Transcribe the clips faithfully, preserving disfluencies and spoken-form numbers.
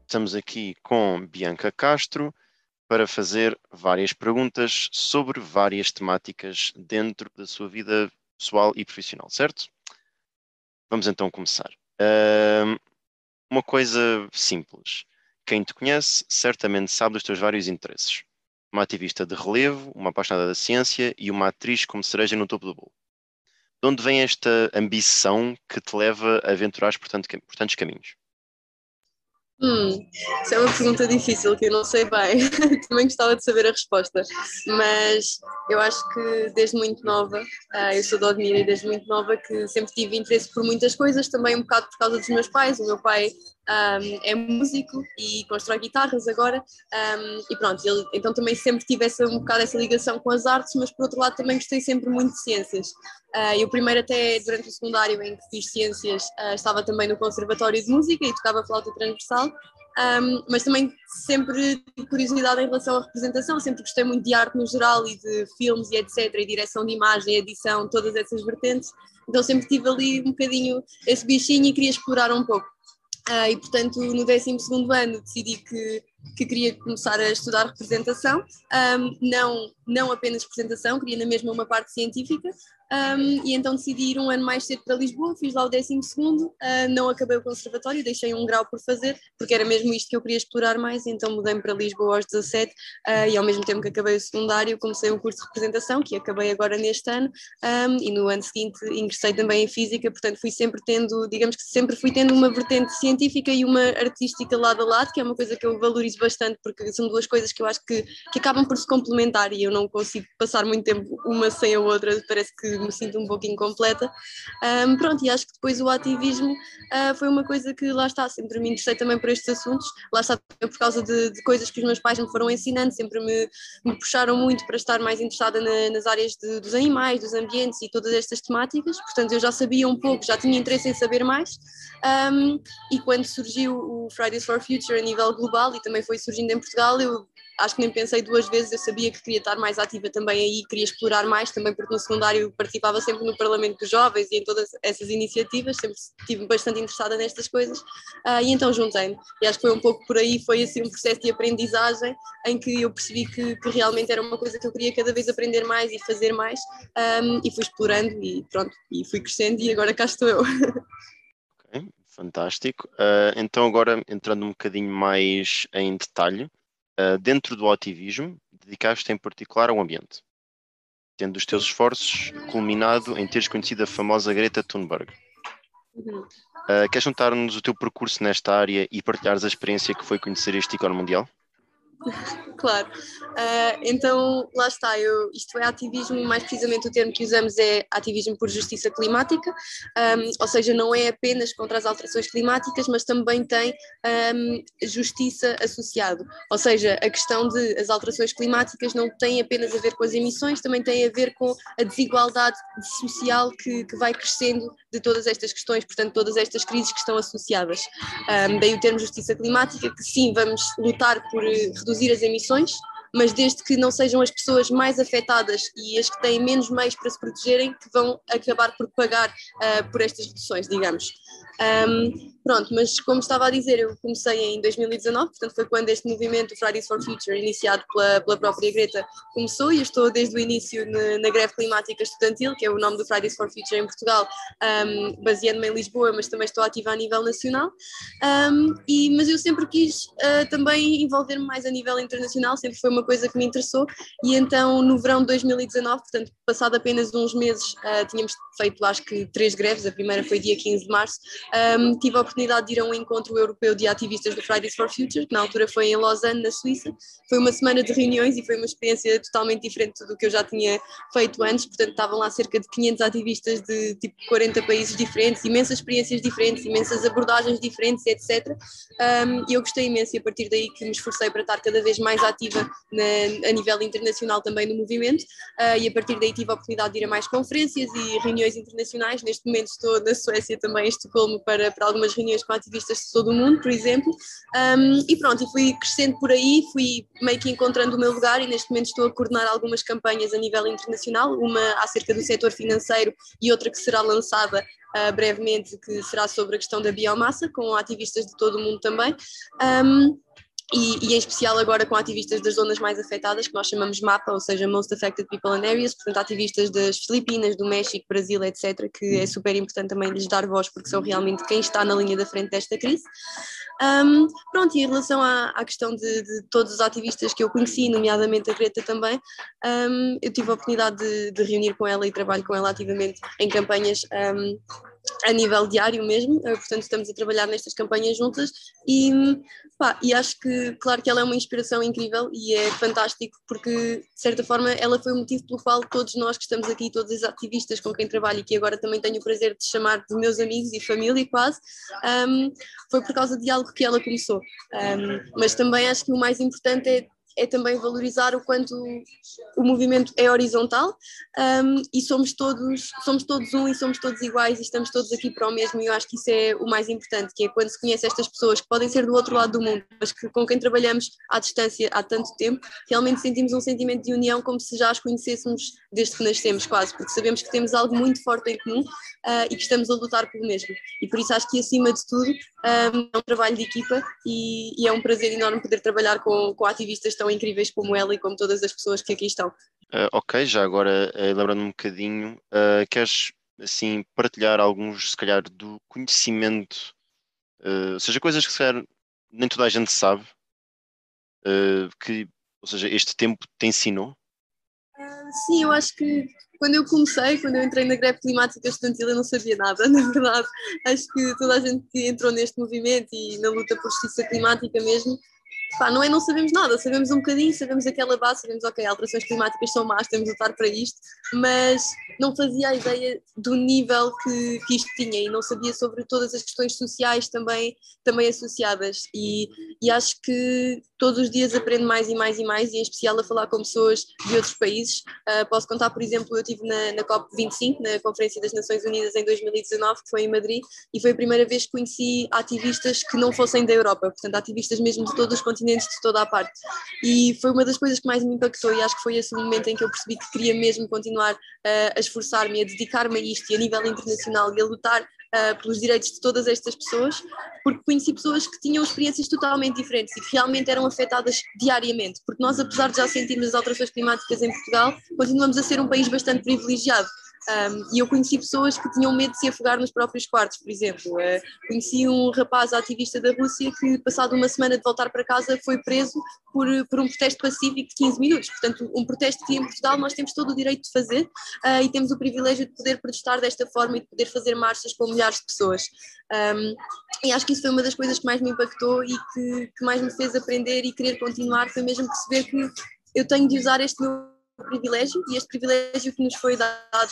Estamos aqui com Bianca Castro para fazer várias perguntas sobre várias temáticas dentro da sua vida pessoal e profissional, certo? Vamos então começar. Uh, uma coisa simples. Quem te conhece certamente sabe dos teus vários interesses. Uma ativista de relevo, uma apaixonada da ciência e uma atriz como cereja no topo do bolo. De onde vem esta ambição que te leva a aventurar por, tanto, por tantos caminhos? Hum, isso é uma pergunta difícil que eu não sei bem. Também gostava de saber a resposta, mas eu acho que desde muito nova, uh, eu sou de Odmira e desde muito nova que sempre tive interesse por muitas coisas, também um bocado por causa dos meus pais. O meu pai um, é músico e constrói guitarras agora, um, e pronto, ele, então também sempre tive essa, um bocado essa ligação com as artes, mas por outro lado também gostei sempre muito de ciências. Uh, eu primeiro até durante o secundário em que fiz ciências uh, estava também no conservatório de música e tocava flauta transversal, um, mas também sempre tive curiosidade em relação à representação, sempre gostei muito de arte no geral e de filmes e etcétera, e direção de imagem, edição, todas essas vertentes, então sempre tive ali um bocadinho esse bichinho e queria explorar um pouco. Uh, e portanto no décimo segundo ano decidi que, que queria começar a estudar representação, um, não, não apenas representação, queria na mesma uma parte científica, um, e então decidi ir um ano mais cedo para Lisboa, fiz lá o décimo segundo, uh, não acabei o conservatório, deixei um grau por fazer, porque era mesmo isto que eu queria explorar mais, então mudei-me para Lisboa aos dezassete, uh, e ao mesmo tempo que acabei o secundário comecei um curso de representação, que acabei agora neste ano, um, e no ano seguinte ingressei também em Física, portanto fui sempre tendo, digamos que sempre fui tendo uma vertente científica e uma artística lado a lado, que é uma coisa que eu valorizo bastante, porque são duas coisas que eu acho que, que acabam por se complementar e eu não consigo passar muito tempo uma sem a outra, parece que me sinto um pouco incompleta. Um, pronto, e acho que depois o ativismo uh, foi uma coisa que lá está, sempre me interessei também por estes assuntos, lá está por causa de, de coisas que os meus pais me foram ensinando, sempre me, me puxaram muito para estar mais interessada na, nas áreas de, dos animais, dos ambientes e todas estas temáticas, portanto eu já sabia um pouco, já tinha interesse em saber mais, um, e quando surgiu o Fridays for Future a nível global e também foi surgindo em Portugal, eu acho que nem pensei duas vezes, eu sabia que queria estar mais ativa também aí, queria explorar mais, também porque no secundário participava sempre no Parlamento dos Jovens e em todas essas iniciativas, sempre estive bastante interessada nestas coisas, uh, e então juntei-me, e acho que foi um pouco por aí, foi assim um processo de aprendizagem em que eu percebi que, que realmente era uma coisa que eu queria cada vez aprender mais e fazer mais, um, e fui explorando e pronto, e fui crescendo e agora cá estou eu. Okay, fantástico. Uh, então agora entrando um bocadinho mais em detalhe, uh, dentro do ativismo, dedicaste em particular ao ambiente, tendo os teus esforços culminado em teres conhecido a famosa Greta Thunberg. Uhum. Uh, queres contar-nos o teu percurso nesta área e partilhares a experiência que foi conhecer este ícone mundial? Claro, uh, então lá está, eu, isto é ativismo, mais precisamente o termo que usamos é ativismo por justiça climática, um, ou seja, não é apenas contra as alterações climáticas, mas também tem um, justiça associado, ou seja, a questão de as alterações climáticas não tem apenas a ver com as emissões, também tem a ver com a desigualdade social que, que vai crescendo de todas estas questões, portanto todas estas crises que estão associadas, um, daí o termo justiça climática, que sim, vamos lutar por reduzir as emissões, mas desde que não sejam as pessoas mais afetadas e as que têm menos meios para se protegerem que vão acabar por pagar uh, por estas reduções, digamos. Um, pronto, mas como estava a dizer, eu comecei em dois mil e dezanove, portanto foi quando este movimento Fridays for Future, iniciado pela, pela própria Greta, começou, e eu estou desde o início na, na greve climática estudantil, que é o nome do Fridays for Future em Portugal, um, baseando-me em Lisboa, mas também estou ativa a nível nacional, um, e, mas eu sempre quis uh, também envolver-me mais a nível internacional, sempre foi uma coisa que me interessou, e então no verão de dois mil e dezanove, portanto passado apenas uns meses, uh, tínhamos feito acho que três greves, a primeira foi dia quinze de março, um, tive a oportunidade de ir a um encontro europeu de ativistas do Fridays for Future, que na altura foi em Lausanne, na Suíça. Foi uma semana de reuniões e foi uma experiência totalmente diferente do que eu já tinha feito antes, portanto estavam lá cerca de quinhentos ativistas de tipo quarenta países diferentes, imensas experiências diferentes, imensas abordagens diferentes, etcétera. Um, e eu gostei imenso, e a partir daí que me esforcei para estar cada vez mais ativa na, a nível internacional também no movimento, uh, e a partir daí tive a oportunidade de ir a mais conferências e reuniões internacionais. Neste momento estou na Suécia também, em Estocolmo, para, para algumas reuniões com ativistas de todo o mundo, por exemplo, um, e pronto, e fui crescendo por aí, fui meio que encontrando o meu lugar, e neste momento estou a coordenar algumas campanhas a nível internacional, uma acerca do setor financeiro e outra que será lançada uh, brevemente, que será sobre a questão da biomassa, com ativistas de todo o mundo também. Um, E, e em especial agora com ativistas das zonas mais afetadas, que nós chamamos MAPA, ou seja, Most Affected People and Areas, portanto ativistas das Filipinas, do México, Brasil, etcétera, que é super importante também lhes dar voz, porque são realmente quem está na linha da frente desta crise. Um, pronto, e em relação à, à questão de, de todos os ativistas que eu conheci, nomeadamente a Greta também, um, eu tive a oportunidade de, de reunir com ela e trabalho com ela ativamente em campanhas um, a nível diário mesmo, portanto estamos a trabalhar nestas campanhas juntas e, pá, e acho que, claro que ela é uma inspiração incrível e é fantástico porque, de certa forma, ela foi o motivo pelo qual todos nós que estamos aqui, todos os ativistas com quem trabalho e que agora também tenho o prazer de chamar de meus amigos e família quase, um, foi por causa de algo que ela começou. Um, mas também acho que o mais importante é é também valorizar o quanto o movimento é horizontal, um, e somos todos, somos todos um e somos todos iguais e estamos todos aqui para o mesmo, e eu acho que isso é o mais importante, que é quando se conhece estas pessoas que podem ser do outro lado do mundo, mas que, com quem trabalhamos à distância há tanto tempo, realmente sentimos um sentimento de união como se já as conhecêssemos desde que nascemos quase, porque sabemos que temos algo muito forte em comum uh, e que estamos a lutar pelo mesmo, e por isso acho que acima de tudo um, é um trabalho de equipa e, e é um prazer enorme poder trabalhar com, com ativistas tão incríveis como ela e como todas as pessoas que aqui estão. Uh, ok, já agora, uh, lembrando um bocadinho, uh, queres assim partilhar alguns, se calhar, do conhecimento, uh, ou seja, coisas que se calhar nem toda a gente sabe, uh, que, ou seja, este tempo te ensinou? Uh, sim, eu acho que quando eu comecei, quando eu entrei na greve climática estudantil, eu não sabia nada, na verdade. Acho que toda a gente que entrou neste movimento e na luta por justiça climática mesmo, pá, não é não sabemos nada, sabemos um bocadinho, sabemos aquela base, sabemos, ok, alterações climáticas são más, temos de lutar para isto, mas não fazia a ideia do nível que, que isto tinha e não sabia sobre todas as questões sociais também, também associadas e, e acho que todos os dias aprendo mais e mais e mais, e em especial a falar com pessoas de outros países. Uh, posso contar, por exemplo, eu estive na, na COP vinte e cinco, na Conferência das Nações Unidas em dois mil e dezanove, que foi em Madrid, e foi a primeira vez que conheci ativistas que não fossem da Europa, portanto ativistas mesmo de todos os continentes, de toda a parte, e foi uma das coisas que mais me impactou, e acho que foi esse o momento em que eu percebi que queria mesmo continuar uh, a esforçar-me, a dedicar-me a isto e a nível internacional e a lutar Uh, pelos direitos de todas estas pessoas, porque conheci pessoas que tinham experiências totalmente diferentes e que realmente eram afetadas diariamente, porque nós, apesar de já sentirmos as alterações climáticas em Portugal, continuamos a ser um país bastante privilegiado. Um, e eu conheci pessoas que tinham medo de se afogar nos próprios quartos, por exemplo. Uh, conheci um rapaz ativista da Rússia que, passado uma semana de voltar para casa, foi preso por, por um protesto pacífico de quinze minutos. Portanto, um protesto que em Portugal nós temos todo o direito de fazer, uh, e temos o privilégio de poder protestar desta forma e de poder fazer marchas com milhares de pessoas. Um, e acho que isso foi uma das coisas que mais me impactou e que, que mais me fez aprender e querer continuar, foi mesmo perceber que eu tenho de usar este meu privilégio e este privilégio que nos foi dado,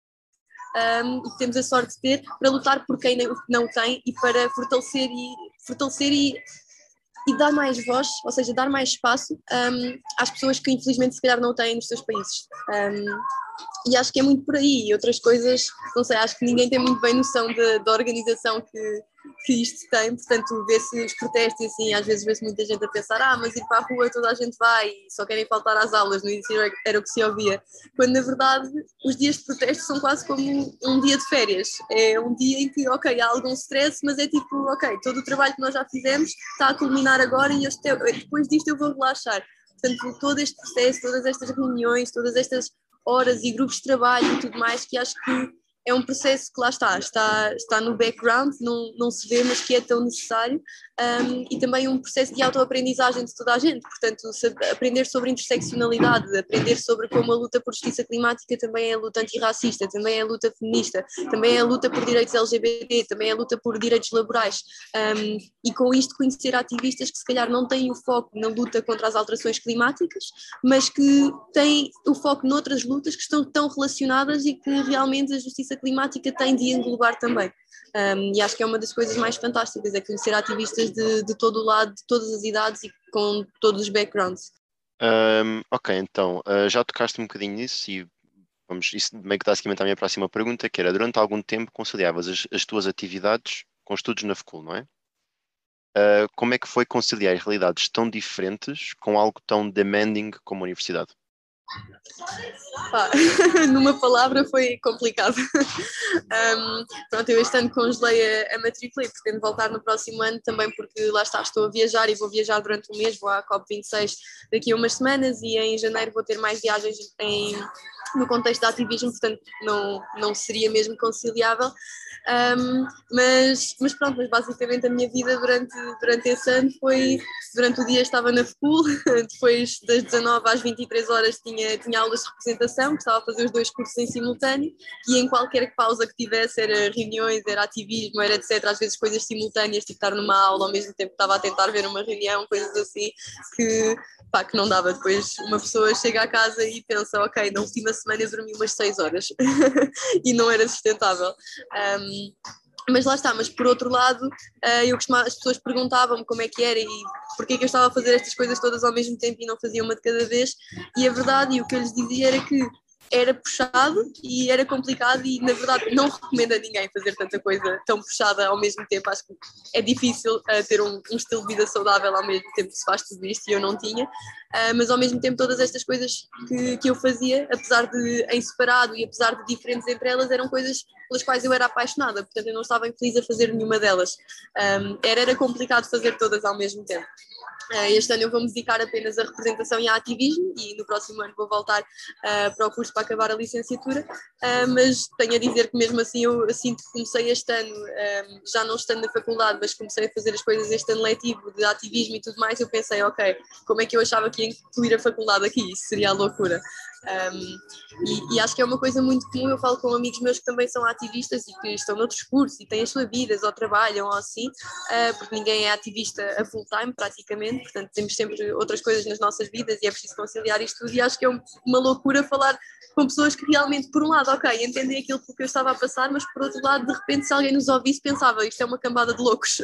Um, e que temos a sorte de ter, para lutar por quem não tem e para fortalecer e, fortalecer e, e dar mais voz, ou seja, dar mais espaço um, às pessoas que infelizmente se calhar não têm nos seus países. Um, e acho que é muito por aí, e outras coisas, não sei, acho que ninguém tem muito bem noção de, da organização que, que isto tem, portanto vê-se os protestos e assim, às vezes vê-se muita gente a pensar, ah, mas ir para a rua toda a gente vai e só querem faltar às aulas, no início era o que se ouvia, quando na verdade os dias de protesto são quase como um dia de férias, é um dia em que, ok, há algum stress, mas é tipo, ok, todo o trabalho que nós já fizemos está a culminar agora e este, depois disto eu vou relaxar, portanto todo este processo, todas estas reuniões, todas estas horas e grupos de trabalho e tudo mais, que acho que é um processo que lá está, está, está no background, não, não se vê, mas que é tão necessário, um, e também um processo de autoaprendizagem de toda a gente, portanto, saber, aprender sobre interseccionalidade, aprender sobre como a luta por justiça climática também é a luta antirracista, também é a luta feminista, também é a luta por direitos L G B T, também é a luta por direitos laborais, um, e com isto conhecer ativistas que se calhar não têm o foco na luta contra as alterações climáticas, mas que têm o foco noutras lutas que estão tão relacionadas e que realmente a justiça climática tem de englobar também. Um, e acho que é uma das coisas mais fantásticas, é conhecer ativistas de, de todo o lado, de todas as idades e com todos os backgrounds. Um, ok, então, uh, já tocaste um bocadinho nisso e vamos, isso meio que dá seguimento à minha próxima pergunta, que era, durante algum tempo conciliavas as, as tuas atividades com estudos na F C U L, não é? Uh, como é que foi conciliar realidades tão diferentes com algo tão demanding como a universidade? Pá, numa palavra foi complicado. Um, pronto, eu este ano congelei a, a matrícula e pretendo voltar no próximo ano também porque lá está, estou a viajar e vou viajar durante um mês, vou à COP vinte e seis daqui a umas semanas e em janeiro vou ter mais viagens em, no contexto de ativismo, portanto não, não seria mesmo conciliável. Um, mas, mas pronto, mas basicamente a minha vida durante, durante esse ano foi, durante o dia estava na F C U L, depois das dezanove às vinte e três horas tinha, tinha aulas de representação, que estava a fazer os dois cursos em simultâneo e em qualquer pausa que tivesse, era reuniões, era ativismo, era etcétera. Às vezes coisas simultâneas, tipo estar numa aula ao mesmo tempo que estava a tentar ver uma reunião, coisas assim que, pá, que não dava. Depois uma pessoa chega à casa e pensa, ok, na última semana eu dormi umas seis horas e não era sustentável. Um, mas lá está, mas por outro lado, uh, eu costumava, as pessoas perguntavam-me como é que era e porque é que eu estava a fazer estas coisas todas ao mesmo tempo e não fazia uma de cada vez, e a verdade, e o que eu lhes dizia era que era puxado e era complicado e na verdade não recomendo a ninguém fazer tanta coisa tão puxada ao mesmo tempo. Acho que é difícil uh, ter um, um estilo de vida saudável ao mesmo tempo que se faz tudo isto e eu não tinha, uh, mas ao mesmo tempo todas estas coisas que, que eu fazia, apesar de em separado e apesar de diferentes entre elas, eram coisas pelas quais eu era apaixonada, portanto eu não estava infeliz a fazer nenhuma delas. Um, era, era complicado fazer todas ao mesmo tempo. Uh, este ano eu vou me dedicar apenas à representação e ao ativismo e no próximo ano vou voltar uh, para o curso para acabar a licenciatura, uh, mas tenho a dizer que mesmo assim eu sinto que comecei este ano, um, já não estando na faculdade, mas comecei a fazer as coisas este ano letivo de ativismo e tudo mais, eu pensei, ok, como é que eu achava que ia incluir a faculdade aqui? Isso seria a loucura. Um, e, e acho que é uma coisa muito comum, eu falo com amigos meus que também são ativistas e que estão noutros cursos e têm as suas vidas ou trabalham ou assim, uh, porque ninguém é ativista a full time praticamente, portanto temos sempre outras coisas nas nossas vidas e é preciso conciliar isto tudo e acho que é um, uma loucura falar com pessoas que realmente, por um lado, ok, entendem aquilo que eu estava a passar, mas por outro lado, de repente, se alguém nos ouvisse, pensava, isto é uma cambada de loucos.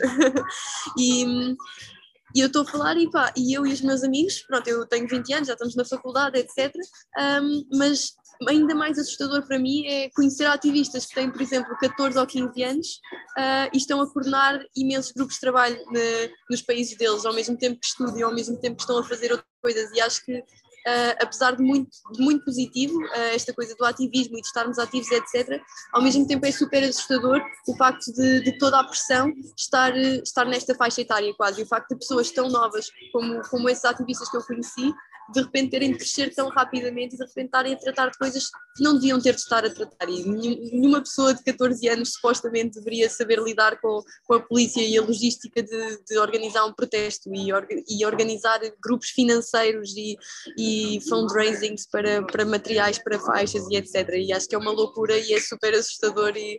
e... E eu estou a falar e pá, e eu e os meus amigos, pronto, eu tenho vinte anos, já estamos na faculdade, etcétera. Um, mas ainda mais assustador para mim é conhecer ativistas que têm, por exemplo, catorze ou quinze anos uh, e estão a coordenar imensos grupos de trabalho ne, nos países deles, ao mesmo tempo que estudam e ao mesmo tempo que estão a fazer outras coisas. E acho que Uh, apesar de muito, de muito positivo, uh, esta coisa do ativismo e de estarmos ativos, etcétera, ao mesmo tempo é super assustador o facto de, de toda a pressão estar, uh, estar nesta faixa etária quase, e o facto de pessoas tão novas como, como esses ativistas que eu conheci, de repente terem de crescer tão rapidamente e de repente estarem a tratar de coisas que não deviam ter de estar a tratar. E nenhuma pessoa de catorze anos supostamente deveria saber lidar com, com a polícia e a logística de, de organizar um protesto e, or, e organizar grupos financeiros e, e fundraisings para, para materiais, para faixas e etcétera. E acho que é uma loucura e é super assustador e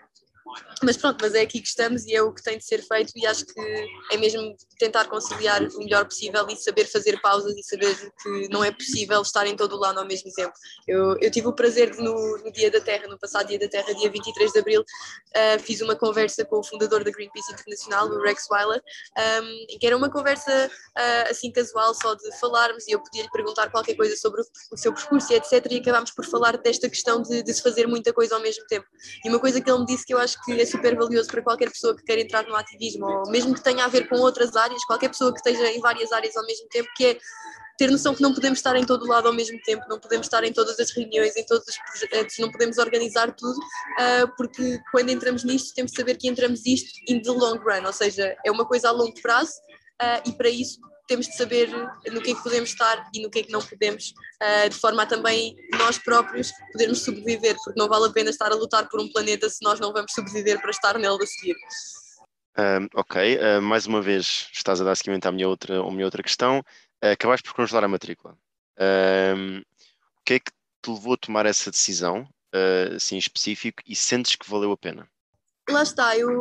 mas pronto, mas é aqui que estamos e é o que tem de ser feito e acho que é mesmo tentar conciliar o melhor possível e saber fazer pausas e saber que não é possível estar em todo o lado ao mesmo tempo. Eu, eu tive o prazer de no, no Dia da Terra, no passado Dia da Terra, dia vinte e três de Abril, uh, fiz uma conversa com o fundador da Greenpeace Internacional, o Rex Weiler, um, que era uma conversa uh, assim casual, só de falarmos e eu podia-lhe perguntar qualquer coisa sobre o, o seu percurso e etcétera. E acabámos por falar desta questão de, de se fazer muita coisa ao mesmo tempo. E uma coisa que ele me disse que eu acho que é super valioso para qualquer pessoa que queira entrar no ativismo, ou mesmo que tenha a ver com outras áreas, qualquer pessoa que esteja em várias áreas ao mesmo tempo, que é ter noção que não podemos estar em todo o lado ao mesmo tempo, não podemos estar em todas as reuniões, em todos os projetos, não podemos organizar tudo, uh, porque quando entramos nisto temos de saber que entramos isto in the long run, ou seja, é uma coisa a longo prazo uh, e para isso temos de saber no que é que podemos estar e no que é que não podemos, uh, de forma a também nós próprios podermos sobreviver, porque não vale a pena estar a lutar por um planeta se nós não vamos sobreviver para estar nele a seguir. Um, ok, uh, mais uma vez estás a dar seguimento à minha outra, à minha outra questão. Uh, acabaste por congelar a matrícula. Um, o que é que te levou a tomar essa decisão, uh, assim, específico, e sentes que valeu a pena? Lá está, eu,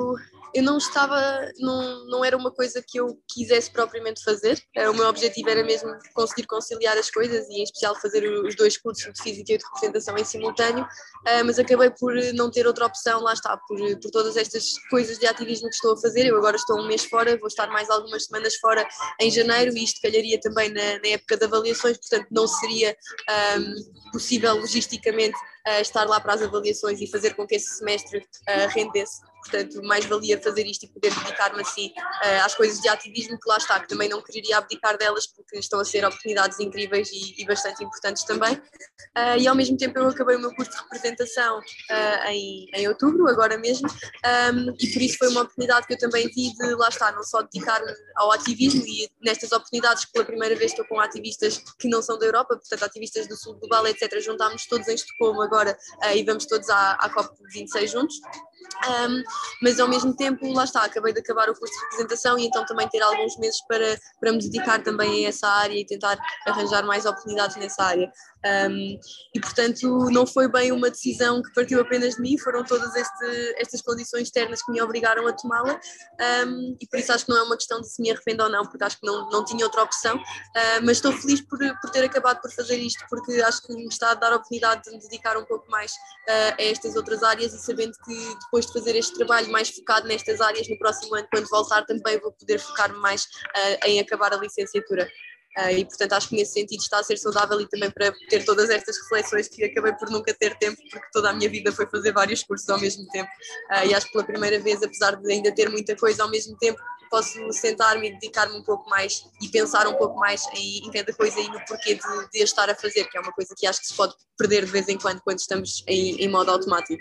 eu não estava, não, não era uma coisa que eu quisesse propriamente fazer. O meu objetivo era mesmo conseguir conciliar as coisas e em especial fazer os dois cursos de Física e de Representação em simultâneo, mas acabei por não ter outra opção, lá está, por, por todas estas coisas de ativismo que estou a fazer. Eu agora estou um mês fora, vou estar mais algumas semanas fora em janeiro e isto calharia também na, na época de avaliações, portanto não seria um, possível logisticamente uh, estar lá para as avaliações e fazer com que esse semestre uh, rendesse. Portanto, mais valia fazer isto e poder dedicar-me assim uh, às coisas de ativismo, que lá está, que também não quereria abdicar delas porque estão a ser oportunidades incríveis e, e bastante importantes também. Uh, e ao mesmo tempo eu acabei o meu curso de representação uh, em, em outubro, agora mesmo, um, e por isso foi uma oportunidade que eu também vi de, lá está, não só dedicar-me ao ativismo e nestas oportunidades que pela primeira vez estou com ativistas que não são da Europa, portanto ativistas do Sul Global, etcétera. Juntámos todos em Estocolmo agora uh, e vamos todos à, à COP vinte e seis juntos. Um, mas ao mesmo tempo, lá está, acabei de acabar o curso de representação e então também ter alguns meses para, para me dedicar também a essa área e tentar arranjar mais oportunidades nessa área. Um, e portanto não foi bem uma decisão que partiu apenas de mim, foram todas este, estas condições externas que me obrigaram a tomá-la, um, e por isso acho que não é uma questão de se me arrependo ou não, porque acho que não, não tinha outra opção, uh, mas estou feliz por, por ter acabado por fazer isto, porque acho que me está a dar a oportunidade de me dedicar um pouco mais uh, a estas outras áreas e sabendo que depois de fazer este trabalho mais focado nestas áreas, no próximo ano, quando voltar, também vou poder focar-me mais uh, em acabar a licenciatura. Uh, e portanto acho que nesse sentido está a ser saudável e também para ter todas estas reflexões que acabei por nunca ter tempo, porque toda a minha vida foi fazer vários cursos ao mesmo tempo, uh, e acho que pela primeira vez, apesar de ainda ter muita coisa ao mesmo tempo, posso sentar-me e dedicar-me um pouco mais e pensar um pouco mais em, em cada coisa e no porquê de, de a estar a fazer, que é uma coisa que acho que se pode perder de vez em quando quando estamos em, em modo automático.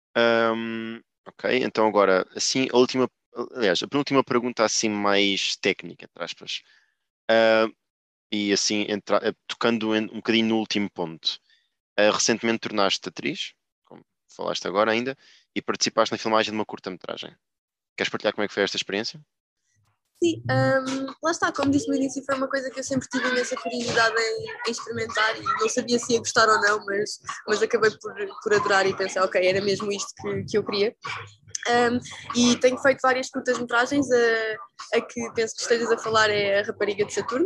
Um, ok, então agora, assim, a última, aliás, a penúltima pergunta assim mais técnica, entre aspas. Uh, e assim, entra, tocando um bocadinho no último ponto. Uh, recentemente tornaste atriz, como falaste agora ainda, e participaste na filmagem de uma curta-metragem. Queres partilhar como é que foi esta experiência? Sim, um, lá está, como disse no início, foi uma coisa que eu sempre tive imensa curiosidade em, em experimentar e não sabia se ia gostar ou não, mas, mas acabei por, por adorar e pensar, ok, era mesmo isto que, que eu queria. Um, e tenho feito várias curtas-metragens, a, a que penso que estejas a falar é a Rapariga de Saturno.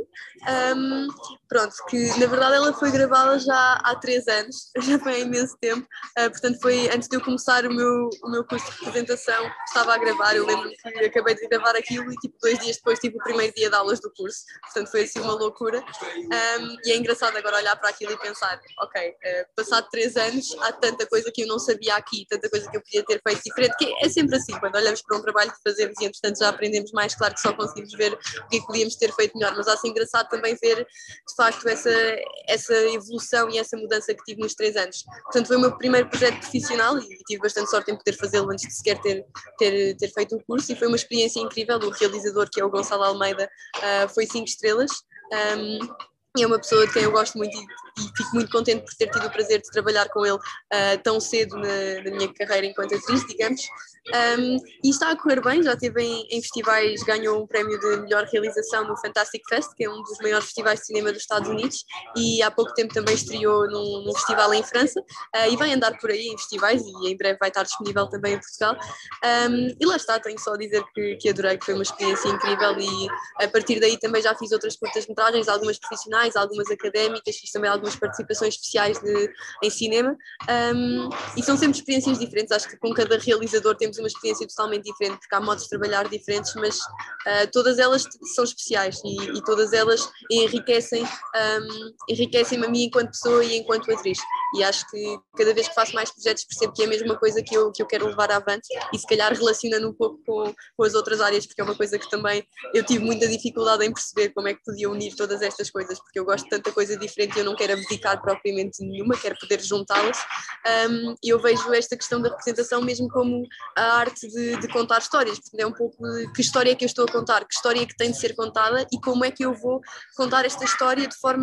Um, pronto, que na verdade ela foi gravada já há três anos, já foi há imenso tempo, uh, portanto foi antes de eu começar o meu, o meu curso de representação, estava a gravar, eu lembro que acabei de gravar aquilo e tipo dois dias depois tive o primeiro dia de aulas do curso, portanto foi assim uma loucura. Um, e é engraçado agora olhar para aquilo e pensar, ok, uh, passado três anos há tanta coisa que eu não sabia aqui, tanta coisa que eu podia ter feito diferente, que é sempre assim, quando olhamos para um trabalho que fazemos e entretanto já aprendemos mais, claro que só conseguimos ver o que é que podíamos ter feito melhor, mas acho engraçado também ver de facto essa, essa evolução e essa mudança que tive nos três anos. Portanto foi o meu primeiro projeto profissional e tive bastante sorte em poder fazê-lo antes de sequer ter, ter, ter feito o curso e foi uma experiência incrível. O realizador, que é o Gonçalo Almeida, uh, foi cinco estrelas. Um, E é uma pessoa de quem eu gosto muito e, e fico muito contente por ter tido o prazer de trabalhar com ele uh, tão cedo na, na minha carreira enquanto atriz, digamos. Um, e está a correr bem, já esteve em, em festivais, ganhou um prémio de melhor realização no Fantastic Fest, que é um dos maiores festivais de cinema dos Estados Unidos, e há pouco tempo também estreou num, num festival em França, uh, e vai andar por aí em festivais e em breve vai estar disponível também em Portugal. Um, e lá está, tenho só a dizer que, que adorei, que foi uma experiência incrível e a partir daí também já fiz outras curtas-metragens, algumas profissionais, algumas académicas, fiz também algumas participações especiais de, em cinema, um, e são sempre experiências diferentes. Acho que com cada realizador temos uma experiência totalmente diferente, porque há modos de trabalhar diferentes, mas uh, todas elas são especiais e, e todas elas enriquecem, um, enriquecem-me a mim enquanto pessoa e enquanto atriz. E acho que cada vez que faço mais projetos percebo que é a mesma coisa que eu, que eu quero levar avante e se calhar relacionando um pouco com, com as outras áreas, porque é uma coisa que também eu tive muita dificuldade em perceber como é que podia unir todas estas coisas, porque eu gosto de tanta coisa diferente e eu não quero abdicar propriamente nenhuma, quero poder juntá-las. Um, e eu vejo esta questão da representação mesmo como a arte de, de contar histórias, porque é um pouco de que história é que eu estou a contar, que história é que tem de ser contada e como é que eu vou contar esta história de forma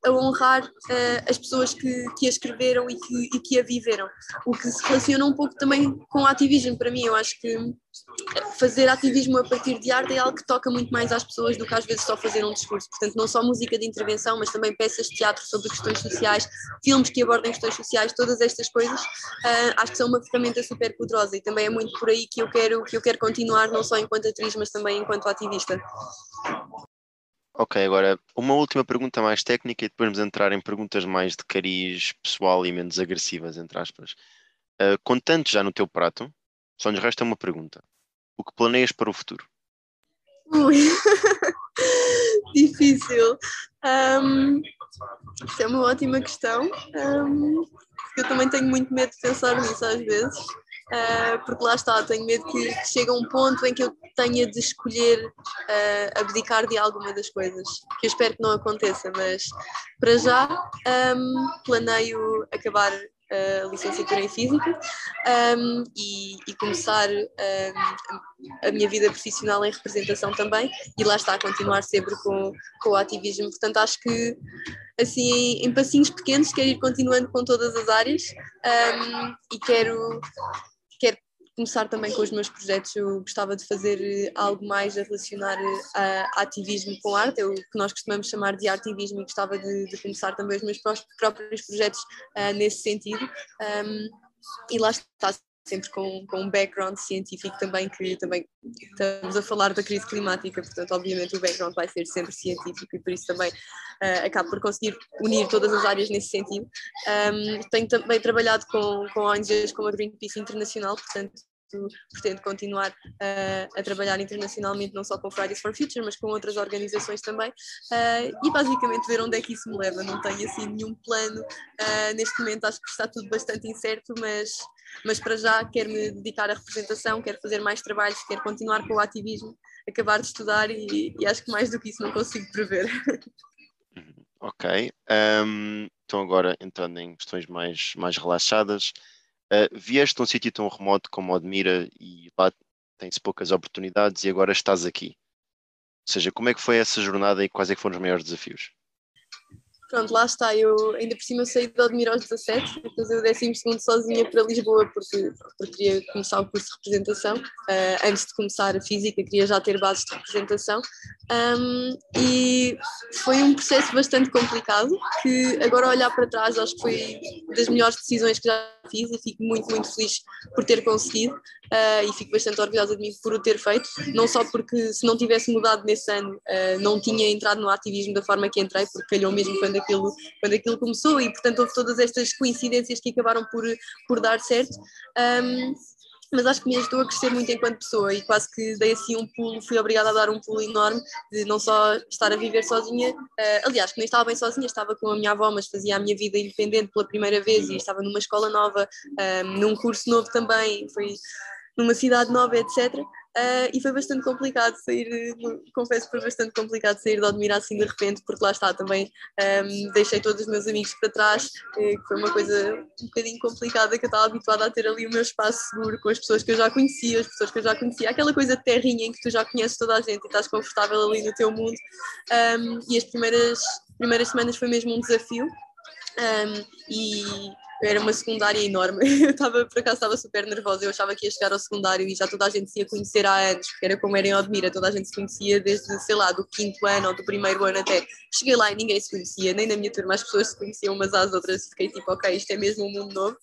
a honrar uh, as pessoas que, que a escreveram e que, e que a viveram, o que se relaciona um pouco também com o ativismo. Para mim, eu acho que fazer ativismo a partir de arte é algo que toca muito mais às pessoas do que às vezes só fazer um discurso. Portanto, não só música de intervenção, mas também peças de teatro sobre questões sociais, filmes que abordem questões sociais, todas estas coisas, uh, acho que são uma ferramenta super poderosa, e também é muito por aí que eu quero, que eu quero continuar, não só enquanto atriz, mas também enquanto ativista. Ok, agora uma última pergunta mais técnica e depois vamos entrar em perguntas mais de cariz pessoal e menos agressivas, entre aspas. Uh, contando já no teu prato, só nos resta uma pergunta. O que planeias para o futuro? Ui, difícil. Um, isso é uma ótima questão, um, porque eu também tenho muito medo de pensar nisso às vezes. Uh, porque lá está, tenho medo que chegue a um ponto em que eu tenha de escolher uh, abdicar de alguma das coisas, que eu espero que não aconteça, mas para já um, planeio acabar a licenciatura em Física um, e, e começar um, a minha vida profissional em representação também, e lá está, a continuar sempre com, com o ativismo. Portanto, acho que assim, em passinhos pequenos, quero ir continuando com todas as áreas um, e quero Quero começar também com os meus projetos. Eu gostava de fazer algo mais a relacionar a ativismo com arte, é o que nós costumamos chamar de artivismo, e gostava de, de começar também os meus próprios projetos uh, nesse sentido. Um, e lá está, sempre com, com um background científico também, que também estamos a falar da crise climática, portanto obviamente o background vai ser sempre científico, e por isso também uh, acabo por conseguir unir todas as áreas nesse sentido. Um, tenho também trabalhado com, com O N Gs como a Greenpeace Internacional, portanto pretendo continuar uh, a trabalhar internacionalmente, não só com Fridays for Future, mas com outras organizações também, uh, e basicamente ver onde é que isso me leva. Não tenho assim nenhum plano uh, neste momento, acho que está tudo bastante incerto, mas, mas para já quero me dedicar à representação, quero fazer mais trabalhos, quero continuar com o ativismo, acabar de estudar, e, e acho que mais do que isso não consigo prever. Ok, um, então agora entrando em questões mais, mais relaxadas. Uh, vieste de um sítio tão remoto como Odmira e lá tem-se poucas oportunidades e agora estás aqui. Ou seja, como é que foi essa jornada e quais é que foram os maiores desafios? Pronto, lá está, eu ainda por cima eu saí de Odmira aos dezassete, depois eu décimo segundo sozinha para Lisboa, porque, porque queria começar o curso de representação, uh, antes de começar a Física, queria já ter bases de representação, um, e foi um processo bastante complicado, que agora a olhar para trás acho que foi das melhores decisões que já fiz, e fico muito, muito feliz por ter conseguido, uh, e fico bastante orgulhosa de mim por o ter feito, não só porque se não tivesse mudado nesse ano, uh, não tinha entrado no ativismo da forma que entrei, porque calhou mesmo quando aquilo, quando aquilo começou, e portanto houve todas estas coincidências que acabaram por, por dar certo, um, mas acho que me ajudou a crescer muito enquanto pessoa, e quase que dei assim um pulo, fui obrigada a dar um pulo enorme, de não só estar a viver sozinha, uh, aliás, que nem estava bem sozinha, estava com a minha avó, mas fazia a minha vida independente pela primeira vez, e estava numa escola nova, um, num curso novo também, foi numa cidade nova, etcétera. Uh, e foi bastante complicado sair, confesso que foi bastante complicado sair de Odmira assim de repente, porque lá está, também um, deixei todos os meus amigos para trás, que foi uma coisa um bocadinho complicada, que eu estava habituada a ter ali o meu espaço seguro, com as pessoas que eu já conhecia, as pessoas que eu já conhecia, aquela coisa de terrinha em que tu já conheces toda a gente e estás confortável ali no teu mundo, um, e as primeiras, primeiras semanas foi mesmo um desafio, um, e era uma secundária enorme. Eu estava, por acaso, estava super nervosa. Eu achava que ia chegar ao secundário e já toda a gente se ia conhecer há anos, porque era como era em Odmira, toda a gente se conhecia desde, sei lá, do quinto ano ou do primeiro ano até. Cheguei lá e ninguém se conhecia, nem na minha turma as pessoas se conheciam umas às outras. Fiquei tipo, ok, isto é mesmo um mundo novo.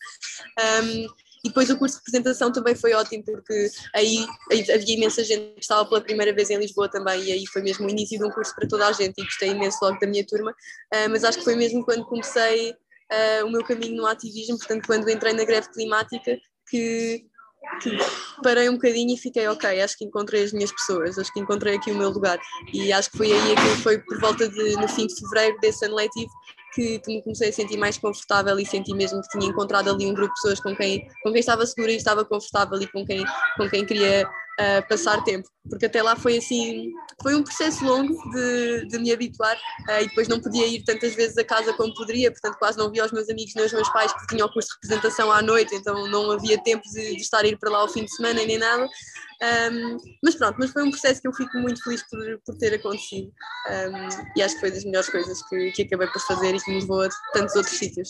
Um, E depois o curso de apresentação também foi ótimo, porque aí, aí havia imensa gente que estava pela primeira vez em Lisboa também, e aí foi mesmo o início de um curso para toda a gente, e gostei imenso logo da minha turma, uh, mas acho que foi mesmo quando comecei uh, o meu caminho no ativismo, portanto quando entrei na greve climática, que, que parei um bocadinho e fiquei, ok, acho que encontrei as minhas pessoas, acho que encontrei aqui o meu lugar, e acho que foi aí, aquilo foi por volta de, no fim de fevereiro desse ano letivo, que, que me comecei a sentir mais confortável e senti mesmo que tinha encontrado ali um grupo de pessoas com quem, com quem estava segura e estava confortável, e com quem, com quem queria uh, passar tempo, porque até lá foi assim, foi um processo longo de, de me habituar uh, e depois não podia ir tantas vezes a casa como poderia, portanto quase não via os meus amigos nem os meus pais porque tinham o curso de representação à noite, então não havia tempo de, de estar a ir para lá ao fim de semana nem nada. Um, mas pronto, mas foi um processo que eu fico muito feliz por, por ter acontecido um, e acho que foi das melhores coisas que, que acabei por fazer e que me levou a tantos outros sítios.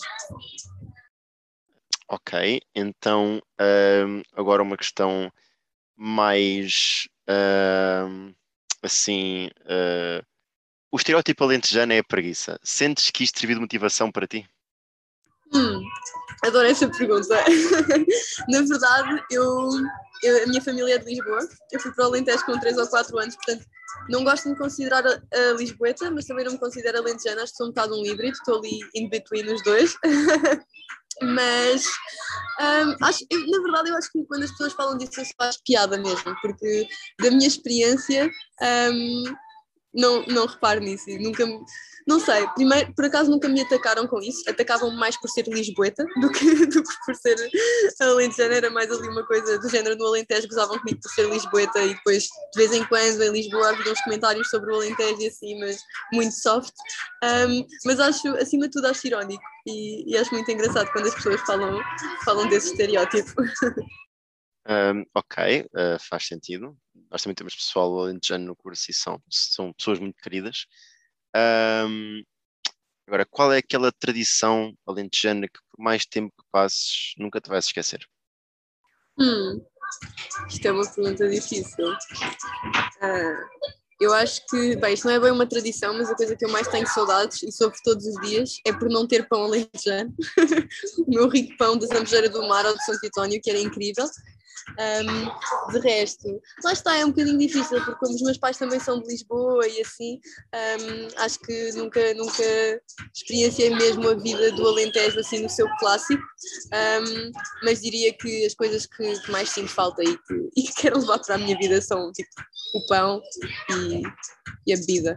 Ok, então um, agora uma questão mais um, assim, uh, o estereótipo alentejano é a preguiça. Sentes que isto serviu de motivação para ti? Hum, adoro essa pergunta. Na verdade, eu, eu, a minha família é de Lisboa. Eu fui para o Alentejo com três ou quatro anos, portanto, não gosto de me considerar a, a lisboeta, mas também não me considero alentejana. Acho que sou um bocado um híbrido, estou ali in between os dois. Mas um, acho, eu, na verdade eu acho que quando as pessoas falam disso eu só acho piada mesmo, porque da minha experiência um, não, não reparo nisso, nunca, não sei, primeiro, por acaso nunca me atacaram com isso, atacavam-me mais por ser lisboeta do que, do que por ser alentejana, era mais ali uma coisa do género no Alentejo, gozavam comigo por ser lisboeta e depois de vez em quando em Lisboa havia uns comentários sobre o Alentejo e assim, mas muito soft, um, mas acho, acima de tudo acho irónico e, e acho muito engraçado quando as pessoas falam, falam desse estereótipo. Um, ok, uh, faz sentido. Nós também temos pessoal alentejano no curso e são, são pessoas muito queridas. Um, agora, qual é aquela tradição alentejana que por mais tempo que passes nunca te vais esquecer? Hum, isto é uma pergunta difícil. Ah, eu acho que, bem, isto não é bem uma tradição, mas a coisa que eu mais tenho saudades, e sobre todos os dias, é por não ter pão alentejano. O meu rico pão da Zambujeira do Mar ou de Santo António, que era incrível. Um, de resto, lá está, é um bocadinho difícil porque como os meus pais também são de Lisboa e assim, um, acho que nunca, nunca experienciei mesmo a vida do Alentejo assim no seu clássico, um, mas diria que as coisas que, que mais sinto falta e que, e que quero levar para a minha vida são tipo o pão e, e a bebida.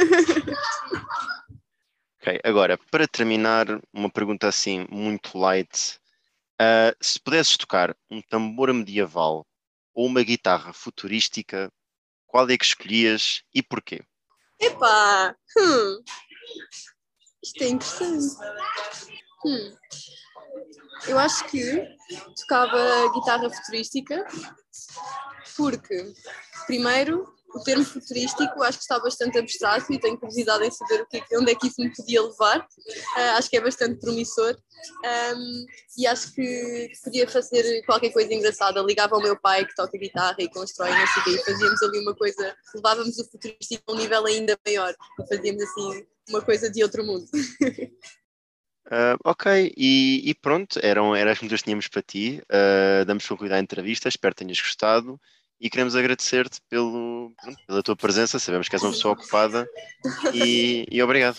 Ok, agora, para terminar, uma pergunta assim muito light. Uh, se pudesses tocar um tambor medieval ou uma guitarra futurística, qual é que escolhias e porquê? Epá! Hum, isto é interessante. Hum, eu acho que tocava guitarra futurística porque, primeiro, o termo futurístico acho que está bastante abstrato e tenho curiosidade em saber o que, onde é que isso me podia levar. Uh, acho que é bastante promissor um, e acho que podia fazer qualquer coisa engraçada. Ligava ao meu pai que toca guitarra e constrói, não sei o quê, e fazíamos ali uma coisa, levávamos o futurístico a um nível ainda maior e fazíamos assim uma coisa de outro mundo. Uh, ok, e, e pronto, eram, eram as perguntas que tínhamos para ti. Uh, damos concluída à entrevista, espero que tenhas gostado e queremos agradecer-te pelo, pronto, pela tua presença. Sabemos que és uma pessoa ocupada e, e obrigado.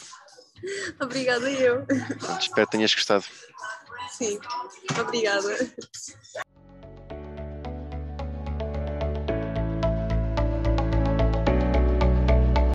Obrigada eu. Pronto, espero que tenhas gostado. Sim, obrigada.